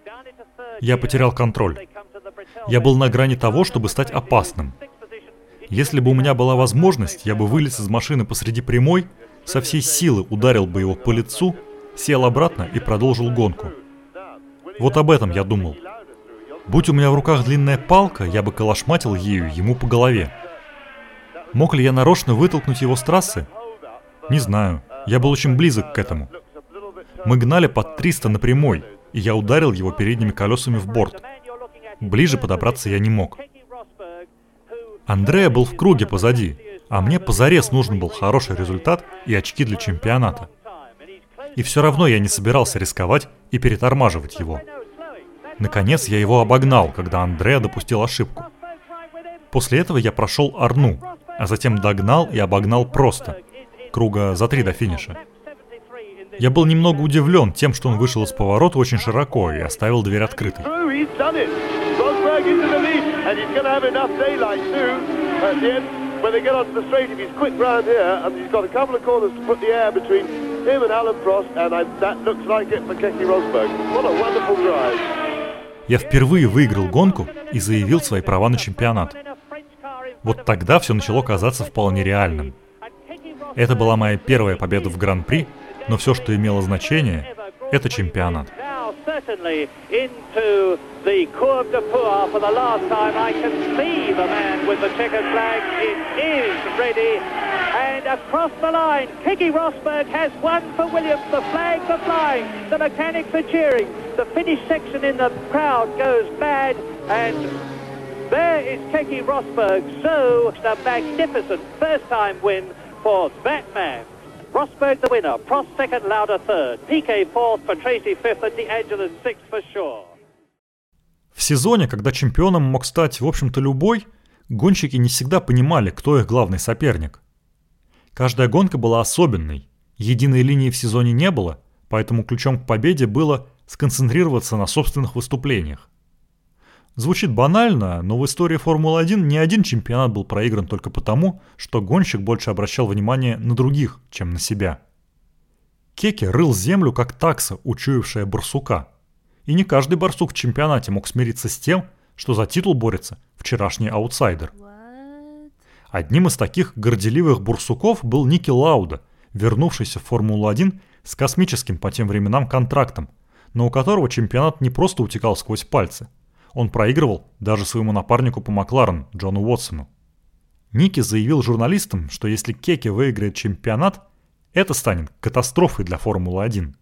Speaker 2: Я потерял контроль. Я был на грани того, чтобы стать опасным. Если бы у меня была возможность, я бы вылез из машины посреди прямой, со всей силы ударил бы его по лицу, сел обратно и продолжил гонку. Вот об этом я думал. Будь у меня в руках длинная палка, я бы калашматил ею ему по голове. Мог ли я нарочно вытолкнуть его с трассы? Не знаю, я был очень близок к этому. Мы гнали под 300 на прямой, и я ударил его передними колесами в борт. Ближе подобраться я не мог. Андреа был в круге позади, а мне позарез нужен был хороший результат и очки для чемпионата. И все равно я не собирался рисковать и перетормаживать его. Наконец я его обогнал, когда Андреа допустил ошибку. После этого я прошел Арну, а затем догнал и обогнал просто, круга за 3 до финиша. Я был немного удивлен тем, что он вышел из поворота очень широко и оставил дверь открытой. Я впервые выиграл гонку и заявил свои права на чемпионат. Вот тогда все начало казаться вполне реальным. Это была моя первая победа в Гран-при, но все, что имело значение, это чемпионат.
Speaker 4: And across the line, Keke Rosberg has won for Williams. The flags are flying. The mechanics are cheering. The finish section in the crowd goes mad. And there is Keke Rosberg. So, a magnificent first-time win for that man. Rosberg the winner. Prost second, Lauda third. Piquet fourth, Patrese fifth, and DeAngelis sixth for sure.
Speaker 2: В сезоне, когда чемпионом мог стать, в общем-то, любой, гонщики не всегда понимали, кто их главный соперник. Каждая гонка была особенной, единой линии в сезоне не было, поэтому ключом к победе было сконцентрироваться на собственных выступлениях. Звучит банально, но в истории Формулы-1 ни один чемпионат был проигран только потому, что гонщик больше обращал внимание на других, чем на себя. Кеке рыл землю, как такса, учуявшая барсука. И не каждый барсук в чемпионате мог смириться с тем, что за титул борется вчерашний аутсайдер. Одним из таких горделивых барсуков был Ники Лауда, вернувшийся в Формулу-1 с космическим по тем временам контрактом, но у которого чемпионат не просто утекал сквозь пальцы. Он проигрывал даже своему напарнику по Макларен, Джону Уотсону. Ники заявил журналистам, что если Кеке выиграет чемпионат, это станет катастрофой для Формулы-1.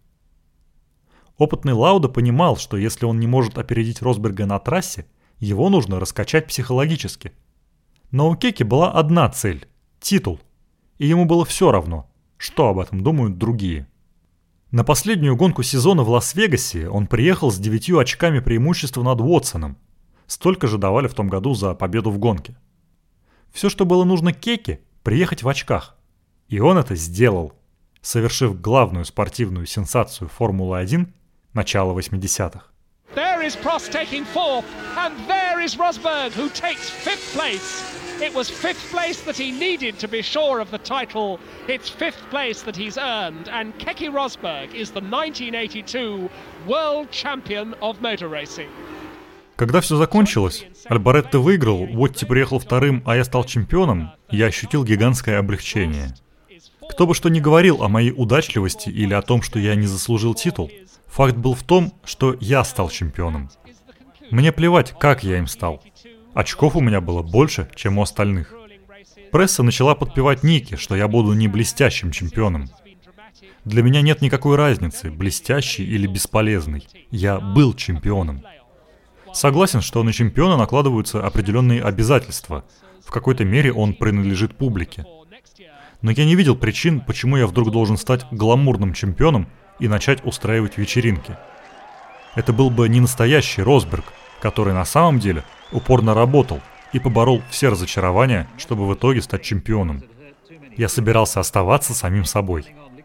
Speaker 2: Опытный Лауда понимал, что если он не может опередить Росберга на трассе, его нужно раскачать психологически. Но у Кеке была одна цель – титул. И ему было все равно, что об этом думают другие. На последнюю гонку сезона в Лас-Вегасе он приехал с 9 очками преимущества над Уотсоном. Столько же давали в том году за победу в гонке. Все, что было нужно Кеке – приехать в очках. И он это сделал, совершив главную спортивную сенсацию Формулы-1 начала 80-х.
Speaker 1: There is Prost taking fourth, and there is Rosberg, who takes fifth place. It was fifth place that he needed to be sure of the title. It's fifth place that he's earned, and Keke Rosberg is the 1982 World Champion of Motor Racing.
Speaker 2: Когда все закончилось, Альборетто выиграл, Вотти приехал вторым, а я стал чемпионом, я ощутил гигантское облегчение. Кто бы что ни говорил о моей удачливости или о том, что я не заслужил титул, факт был в том, что я стал чемпионом. Мне плевать, как я им стал. Очков у меня было больше, чем у остальных. Пресса начала подпевать Ники, что я буду не блестящим чемпионом. Для меня нет никакой разницы, блестящий или бесполезный. Я был чемпионом. Согласен, что на чемпиона накладываются определенные обязательства. В какой-то мере он принадлежит публике. Но я не видел причин, почему я вдруг должен стать гламурным чемпионом и начать устраивать вечеринки. Это был бы не настоящий Росберг, который на самом деле упорно работал и поборол все разочарования, чтобы в итоге стать чемпионом. Я собирался оставаться самим собой.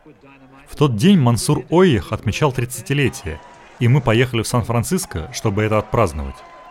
Speaker 2: В тот день Мансур Ойех отмечал 30-летие, и мы поехали в Сан-Франциско, чтобы это отпраздновать.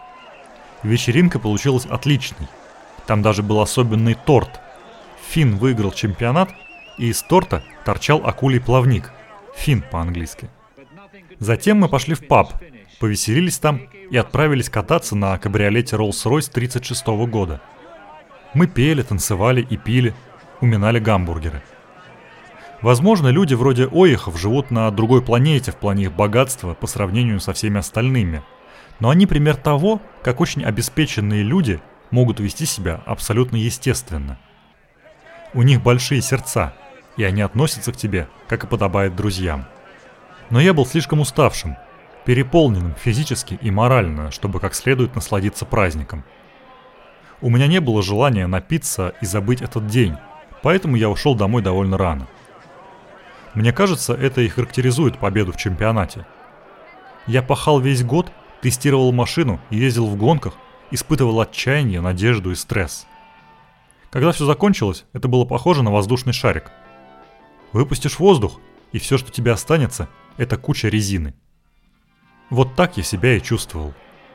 Speaker 2: Вечеринка получилась отличной. Там даже был особенный торт. Финн выиграл чемпионат, и из торта торчал акулий плавник. Финн по-английски. Затем мы пошли в паб, повеселились там и отправились кататься на кабриолете Rolls-Royce 1936 года. Мы пели, танцевали и пили, уминали гамбургеры. Возможно, люди вроде Оихов живут на другой планете в плане их богатства по сравнению со всеми остальными. Но они пример того, как очень обеспеченные люди могут вести себя абсолютно естественно. У них большие сердца, и они относятся к тебе, как и подобает друзьям. Но я был слишком уставшим, переполненным физически и морально, чтобы как следует насладиться праздником. У меня не было желания напиться и забыть этот день, поэтому я ушел домой довольно рано. Мне кажется, это и характеризует победу в чемпионате. Я пахал весь год, тестировал машину, ездил в гонках, испытывал отчаяние, надежду и стресс. Когда все закончилось, это было похоже на воздушный шарик. Выпустишь воздух, и все, что тебе останется, это куча резины. Вот так я себя и чувствовал.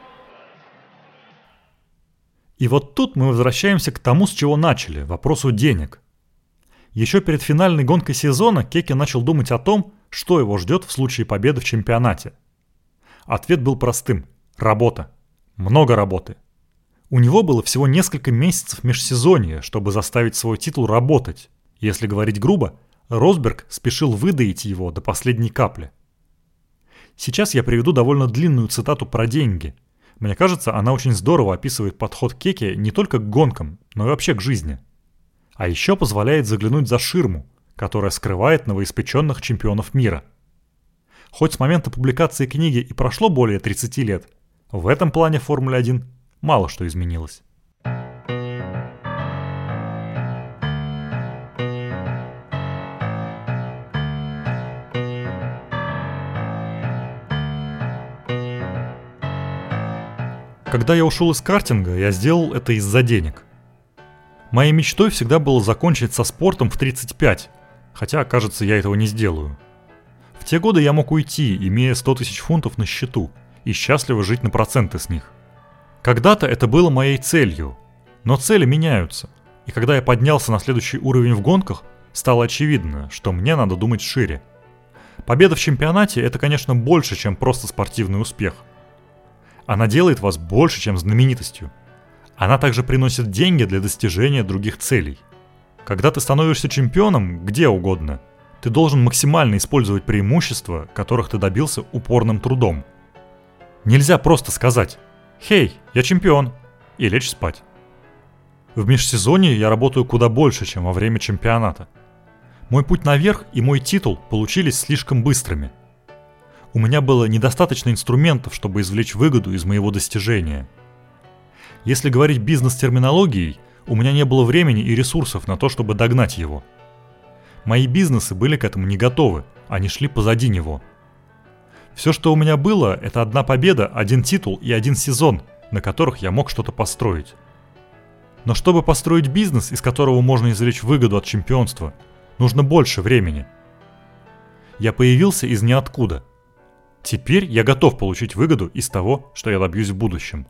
Speaker 2: И вот тут мы возвращаемся к тому, с чего начали, вопросу денег. Еще перед финальной гонкой сезона Кеке начал думать о том, что его ждет в случае победы в чемпионате. Ответ был простым – работа. Много работы. У него было всего несколько месяцев межсезонья, чтобы заставить свой титул работать. Если говорить грубо, Росберг спешил выдаить его до последней капли. Сейчас я приведу довольно длинную цитату про деньги. Мне кажется, она очень здорово описывает подход Кеке не только к гонкам, но и вообще к жизни. А еще позволяет заглянуть за ширму, которая скрывает новоиспеченных чемпионов мира. Хоть с момента публикации книги и прошло более 30 лет, в этом плане в Формуле-1 мало что изменилось. Когда я ушел из картинга, я сделал это из-за денег. Моей мечтой всегда было закончить со спортом в 35, хотя, кажется, я этого не сделаю. В те годы я мог уйти, имея 100 000 фунтов на счету, и счастливо жить на проценты с них. Когда-то это было моей целью, но цели меняются, и когда я поднялся на следующий уровень в гонках, стало очевидно, что мне надо думать шире. Победа в чемпионате – это, конечно, больше, чем просто спортивный успех. Она делает вас больше, чем знаменитостью. Она также приносит деньги для достижения других целей. Когда ты становишься чемпионом где угодно, ты должен максимально использовать преимущества, которых ты добился упорным трудом. Нельзя просто сказать «Хей, я чемпион» и лечь спать. В межсезонье я работаю куда больше, чем во время чемпионата. Мой путь наверх и мой титул получились слишком быстрыми. У меня было недостаточно инструментов, чтобы извлечь выгоду из моего достижения. Если говорить бизнес-терминологией, у меня не было времени и ресурсов на то, чтобы догнать его. Мои бизнесы были к этому не готовы, они шли позади него. Все, что у меня было, это одна победа, один титул и один сезон, на которых я мог что-то построить. Но чтобы построить бизнес, из которого можно извлечь выгоду от чемпионства, нужно больше времени. Я появился из ниоткуда. Теперь я готов получить выгоду из того, что я добьюсь в будущем.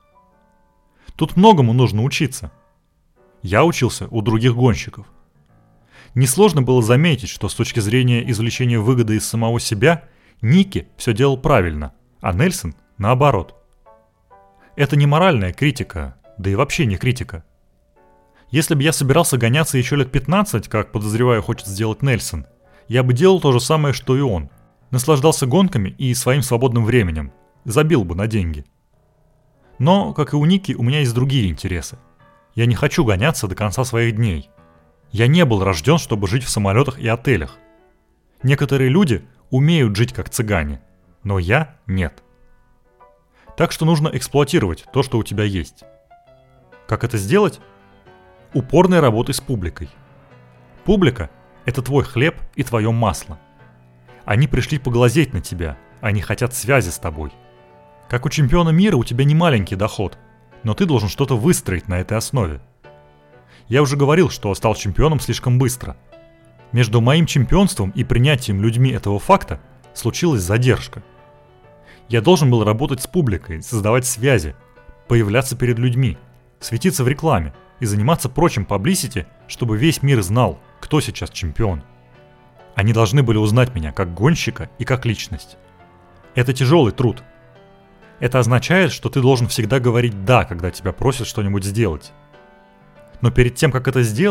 Speaker 2: Тут многому нужно учиться. Я учился у других гонщиков. Несложно было заметить, что с точки зрения извлечения выгоды из самого себя, Ники все делал правильно, а Нельсон наоборот. Это не моральная критика, да и вообще не критика. Если бы я собирался гоняться еще лет 15, как, подозреваю, хочет сделать Нельсон, я бы делал то же самое, что и он. Наслаждался гонками и своим свободным временем, забил бы на деньги. Но, как и у Ники, у меня есть другие интересы. Я не хочу гоняться до конца своих дней. Я не был рожден, чтобы жить в самолетах и отелях. Некоторые люди умеют жить как цыгане, но я нет. Так что нужно эксплуатировать то, что у тебя есть. Как это сделать? Упорной работой с публикой. Публика – это твой хлеб и твое масло. Они пришли поглазеть на тебя, они хотят связи с тобой. Как у чемпиона мира у тебя не маленький доход, но ты должен что-то выстроить на этой основе. Я уже говорил, что стал чемпионом слишком быстро. Между моим чемпионством и принятием людьми этого факта случилась задержка. Я должен был работать с публикой, создавать связи, появляться перед людьми, светиться в рекламе и заниматься прочим паблисити, чтобы весь мир знал, кто сейчас чемпион. Они должны были узнать меня как гонщика и как личность. Это тяжелый труд. Это означает, что ты должен всегда говорить «да», когда тебя просят что-нибудь сделать. Но перед тем, как это сделать,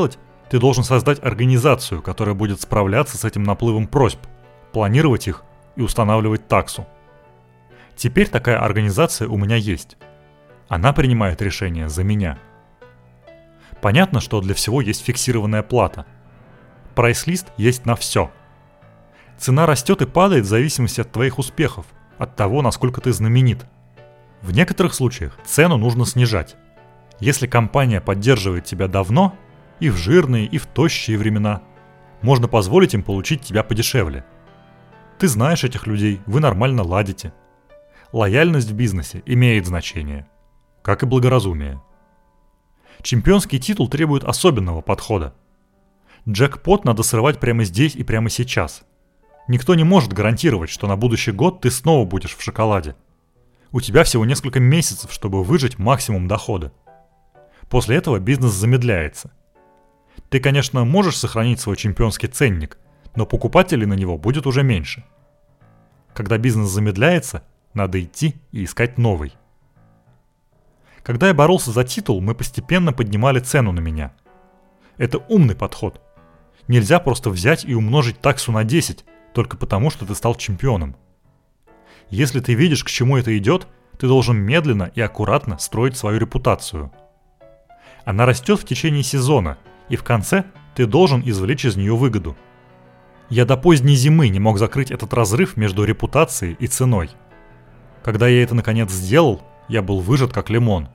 Speaker 2: Ты должен создать организацию, которая будет справляться с этим наплывом просьб, планировать их и устанавливать таксу. Теперь такая организация у меня есть. Она принимает решения за меня. Понятно, что для всего есть фиксированная плата. Прайс-лист есть на все. Цена растет и падает в зависимости от твоих успехов, от того, насколько ты знаменит. В некоторых случаях цену нужно снижать. Если компания поддерживает тебя давно, и в жирные, и в тощие времена, можно позволить им получить тебя подешевле. Ты знаешь этих людей, вы нормально ладите. Лояльность в бизнесе имеет значение, как и благоразумие. Чемпионский титул требует особенного подхода. Джекпот надо срывать прямо здесь и прямо сейчас. Никто не может гарантировать, что на будущий год ты снова будешь в шоколаде. У тебя всего несколько месяцев, чтобы выжать максимум дохода. После этого бизнес замедляется. Ты, конечно, можешь сохранить свой чемпионский ценник, но покупателей на него будет уже меньше. Когда бизнес замедляется, надо идти и искать новый. Когда я боролся за титул, мы постепенно поднимали цену на меня. Это умный подход. Нельзя просто взять и умножить таксу на 10, только потому, что ты стал чемпионом. Если ты видишь, к чему это идет, ты должен медленно и аккуратно строить свою репутацию. Она растет в течение сезона, и в конце ты должен извлечь из нее выгоду. Я до поздней зимы не мог закрыть этот разрыв между репутацией и ценой. Когда я это наконец сделал, я был выжат как лимон.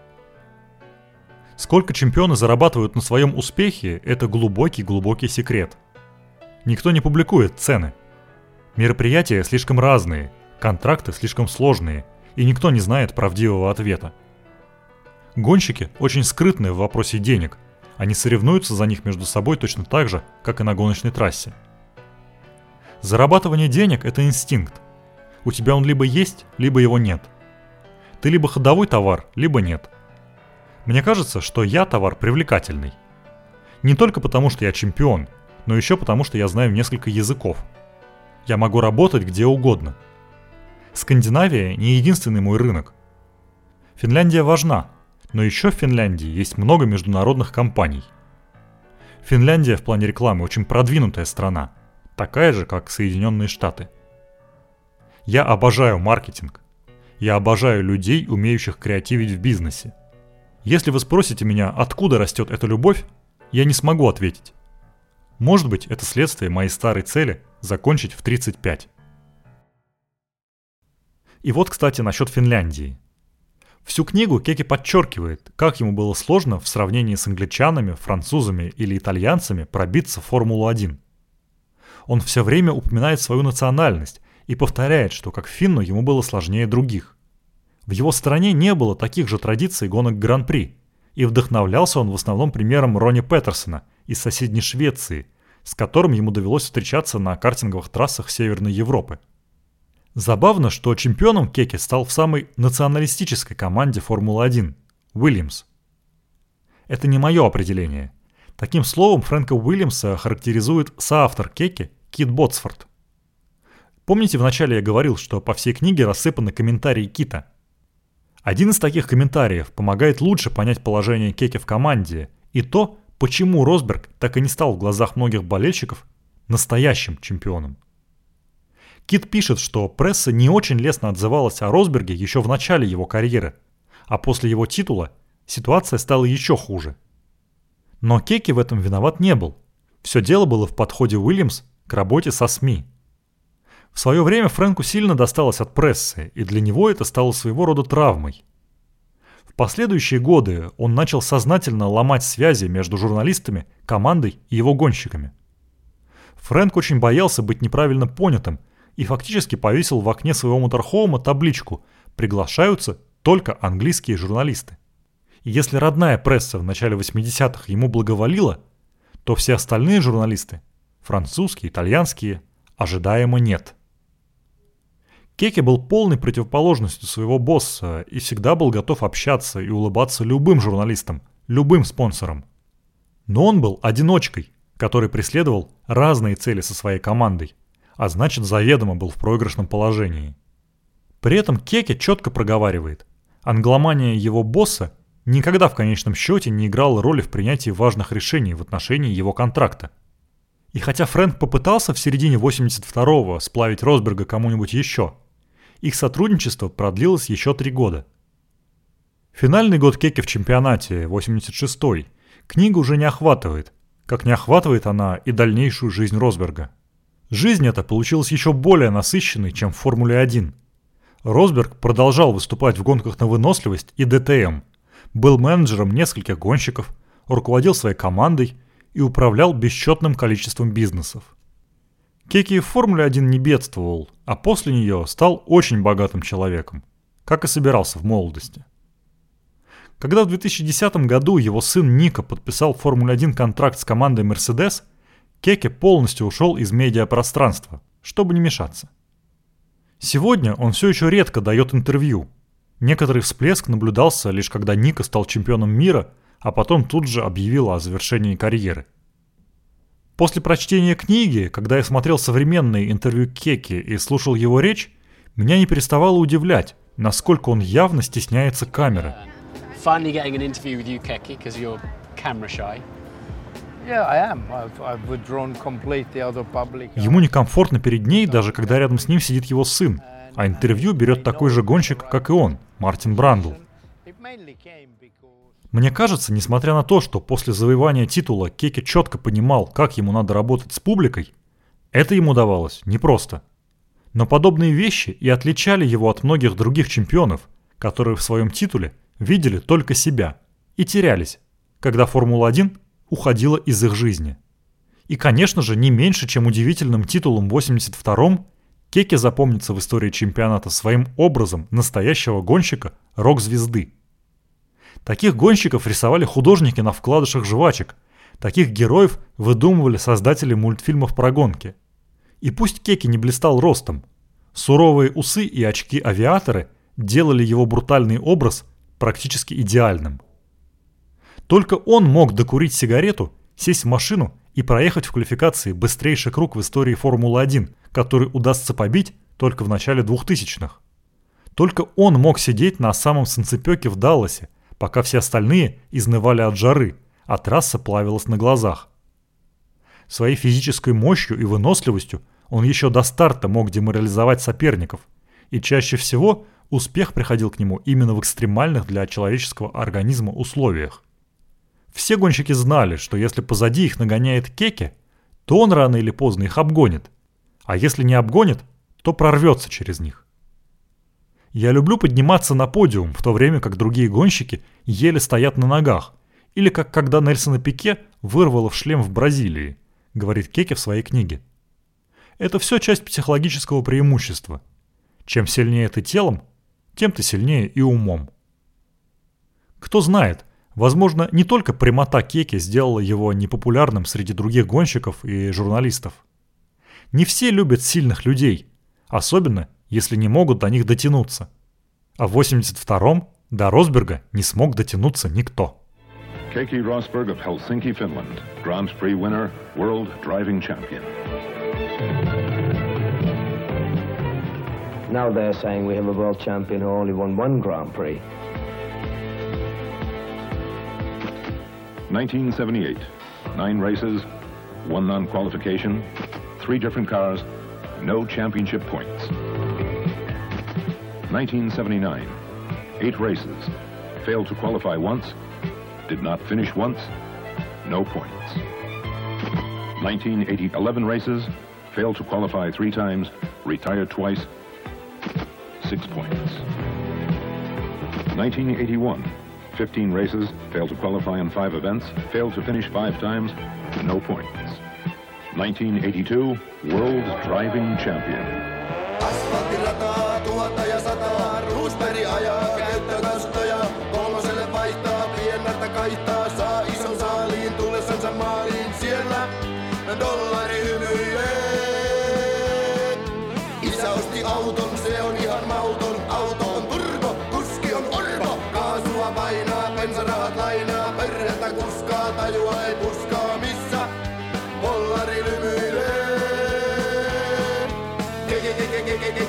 Speaker 2: Сколько чемпионы зарабатывают на своем успехе – это глубокий секрет. Никто не публикует цены. Мероприятия слишком разные, контракты слишком сложные, и никто не знает правдивого ответа. Гонщики очень скрытные в вопросе денег. Они соревнуются за них между собой точно так же, как и на гоночной трассе. Зарабатывание денег – это инстинкт. У тебя он либо есть, либо его нет. Ты либо ходовой товар, либо нет. Мне кажется, что я товар привлекательный. Не только потому, что я чемпион, но еще потому, что я знаю несколько языков. Я могу работать где угодно. Скандинавия не единственный мой рынок. Финляндия важна, но еще в Финляндии есть много международных компаний. Финляндия в плане рекламы очень продвинутая страна, такая же, как Соединенные Штаты. Я обожаю маркетинг. Я обожаю людей, умеющих креативить в бизнесе. Если вы спросите меня, откуда растет эта любовь, я не смогу ответить. Может быть, это следствие моей старой цели закончить в 35. И вот, кстати, насчет Финляндии. Всю книгу Кеки подчеркивает, как ему было сложно в сравнении с англичанами, французами или итальянцами пробиться в Формулу-1. Он все время упоминает свою национальность и повторяет, что как финну ему было сложнее других. В его стране не было таких же традиций гонок Гран-при, и вдохновлялся он в основном примером Ронни Петерсона из соседней Швеции, с которым ему довелось встречаться на картинговых трассах Северной Европы. Забавно, что чемпионом Кеки стал в самой националистической команде Формулы-1 – Уильямс. Это не мое определение. Таким словом Фрэнка Уильямса характеризует соавтор Кеки Кит Ботсфорд. Помните, вначале я говорил, что по всей книге рассыпаны комментарии Кита? Один из таких комментариев помогает лучше понять положение Кеки в команде и то, почему Росберг так и не стал в глазах многих болельщиков настоящим чемпионом. Кит пишет, что пресса не очень лестно отзывалась о Росберге еще в начале его карьеры, а после его титула ситуация стала еще хуже. Но Кеки в этом виноват не был. Все дело было в подходе Уильямс к работе со СМИ. В свое время Фрэнку сильно досталось от прессы, и для него это стало своего рода травмой. В последующие годы он начал сознательно ломать связи между журналистами, командой и его гонщиками. Фрэнк очень боялся быть неправильно понятым и фактически повесил в окне своего моторхоума табличку «Приглашаются только английские журналисты». И если родная пресса в начале 80-х ему благоволила, то все остальные журналисты – французские, итальянские – ожидаемо нет. Кеки был полной противоположностью своего босса и всегда был готов общаться и улыбаться любым журналистам, любым спонсорам. Но он был одиночкой, который преследовал разные цели со своей командой, а значит заведомо был в проигрышном положении. При этом Кеки четко проговаривает, англомания его босса никогда в конечном счете не играла роли в принятии важных решений в отношении его контракта. И хотя Фрэнк попытался в середине 82-го сплавить Росберга кому-нибудь еще, их сотрудничество продлилось еще 3 года. Финальный год Кеки в чемпионате, 86-й, книга уже не охватывает, как не охватывает она и дальнейшую жизнь Росберга. Жизнь эта получилась еще более насыщенной, чем в Формуле-1. Росберг продолжал выступать в гонках на выносливость и ДТМ, был менеджером нескольких гонщиков, руководил своей командой и управлял бесчетным количеством бизнесов. Кеки в Формуле-1 не бедствовал, а после нее стал очень богатым человеком, как и собирался в молодости. Когда в 2010 году его сын Нико подписал в Формуле-1 контракт с командой Mercedes, Кеки полностью ушел из медиапространства, чтобы не мешаться. Сегодня он все еще редко дает интервью. Некоторый всплеск наблюдался лишь когда Нико стал чемпионом мира, а потом тут же объявил о завершении карьеры. После прочтения книги, когда я смотрел современные интервью Кеки и слушал его речь, меня не переставало удивлять, насколько он явно стесняется камеры.
Speaker 9: Finally getting an interview with you, Keke, because you're camera shy.
Speaker 10: Yeah, I am. I've withdrawn completely out of public.
Speaker 2: Ему некомфортно перед ней, даже когда рядом с ним сидит его сын, а интервью берет такой же гонщик, как и он, Мартин Брандл. Мне кажется, несмотря на то, что после завоевания титула Кеки четко понимал, как ему надо работать с публикой, это ему давалось непросто. Но подобные вещи и отличали его от многих других чемпионов, которые в своем титуле видели только себя и терялись, когда Формула-1 уходила из их жизни. И, конечно же, не меньше, чем удивительным титулом в 82-м, Кеки запомнится в истории чемпионата своим образом настоящего гонщика рок-звезды. Таких гонщиков рисовали художники на вкладышах жвачек, таких героев выдумывали создатели мультфильмов про гонки. И пусть Кеки не блистал ростом, суровые усы и очки-авиаторы делали его брутальный образ практически идеальным. Только он мог докурить сигарету, сесть в машину и проехать в квалификации быстрейший круг в истории Формулы-1, который удастся побить только в начале 2000-х. Только он мог сидеть на самом санцепёке в Далласе, пока все остальные изнывали от жары, а трасса плавилась на глазах. Своей физической мощью и выносливостью он еще до старта мог деморализовать соперников, и чаще всего успех приходил к нему именно в экстремальных для человеческого организма условиях. Все гонщики знали, что если позади их нагоняет Кеки, то он рано или поздно их обгонит, а если не обгонит, то прорвется через них. Я люблю подниматься на подиум, в то время как другие гонщики еле стоят на ногах, или как когда Нельсона Пике вырвало в шлем в Бразилии, говорит Кеки в своей книге. Это все часть психологического преимущества. Чем сильнее ты телом, тем ты сильнее и умом. Кто знает, возможно, не только прямота Кеки сделала его непопулярным среди других гонщиков и журналистов. Не все любят сильных людей, особенно если не могут до них дотянуться. А в 82-м до Росберга не смог дотянуться никто.
Speaker 11: Keke Rosberg of Helsinki, Finland, Grand Prix winner, world driving champion.
Speaker 12: Now they're saying we have a world champion who only won one Grand Prix.
Speaker 11: 1978, 9 races, 1 non-qualification, 3 different cars, no championship points. 1979, 8 races, failed to qualify once, did not finish once, no points. 1980, 11 races, failed to qualify 3 times, retired twice, 6 points. 1981, 15 races, failed to qualify in 5 events, failed to finish 5 times, no points. 1982, world driving champion.
Speaker 13: Asfalttirataa 1100, Roosberg ajaa käyttökastoja, kolmoselle vaihtaa, pieneltä kaihtaa, saa ison saaliin, tullessansa maaliin, siellä dollari hymyilee. Isä osti auton, se on ihan mauton, auto on turbo, kuski on orvo, kaasua painaa, bensarahat lainaa, perhettä kuskaa, tajua ei puskaa, missä dollari hymyilee.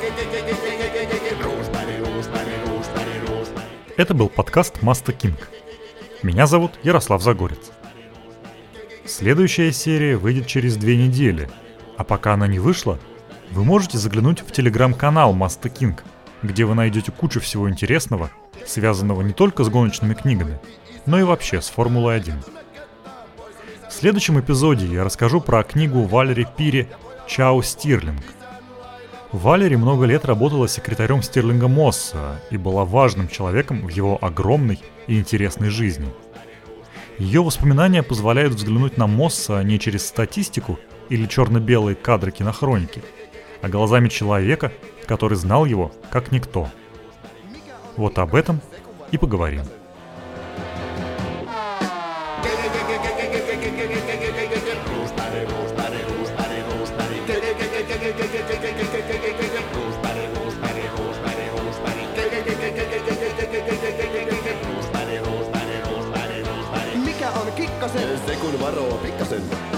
Speaker 2: Это был подкаст Маста Кинг. Меня зовут Ярослав Загорец. Следующая серия выйдет через 2 недели, а пока она не вышла, вы можете заглянуть в телеграм-канал Master King, где вы найдете кучу всего интересного, связанного не только с гоночными книгами, но и вообще с Формулой-1. В следующем эпизоде я расскажу про книгу Валери Пири «Чау, Стирлинг». Валери много лет работала секретарем Стирлинга Мосса и была важным человеком в его огромной и интересной жизни. Ее воспоминания позволяют взглянуть на Мосса не через статистику или черно-белые кадры кинохроники, а глазами человека, который знал его как никто. Вот об этом и поговорим.
Speaker 13: Se kun varoo pikkasen.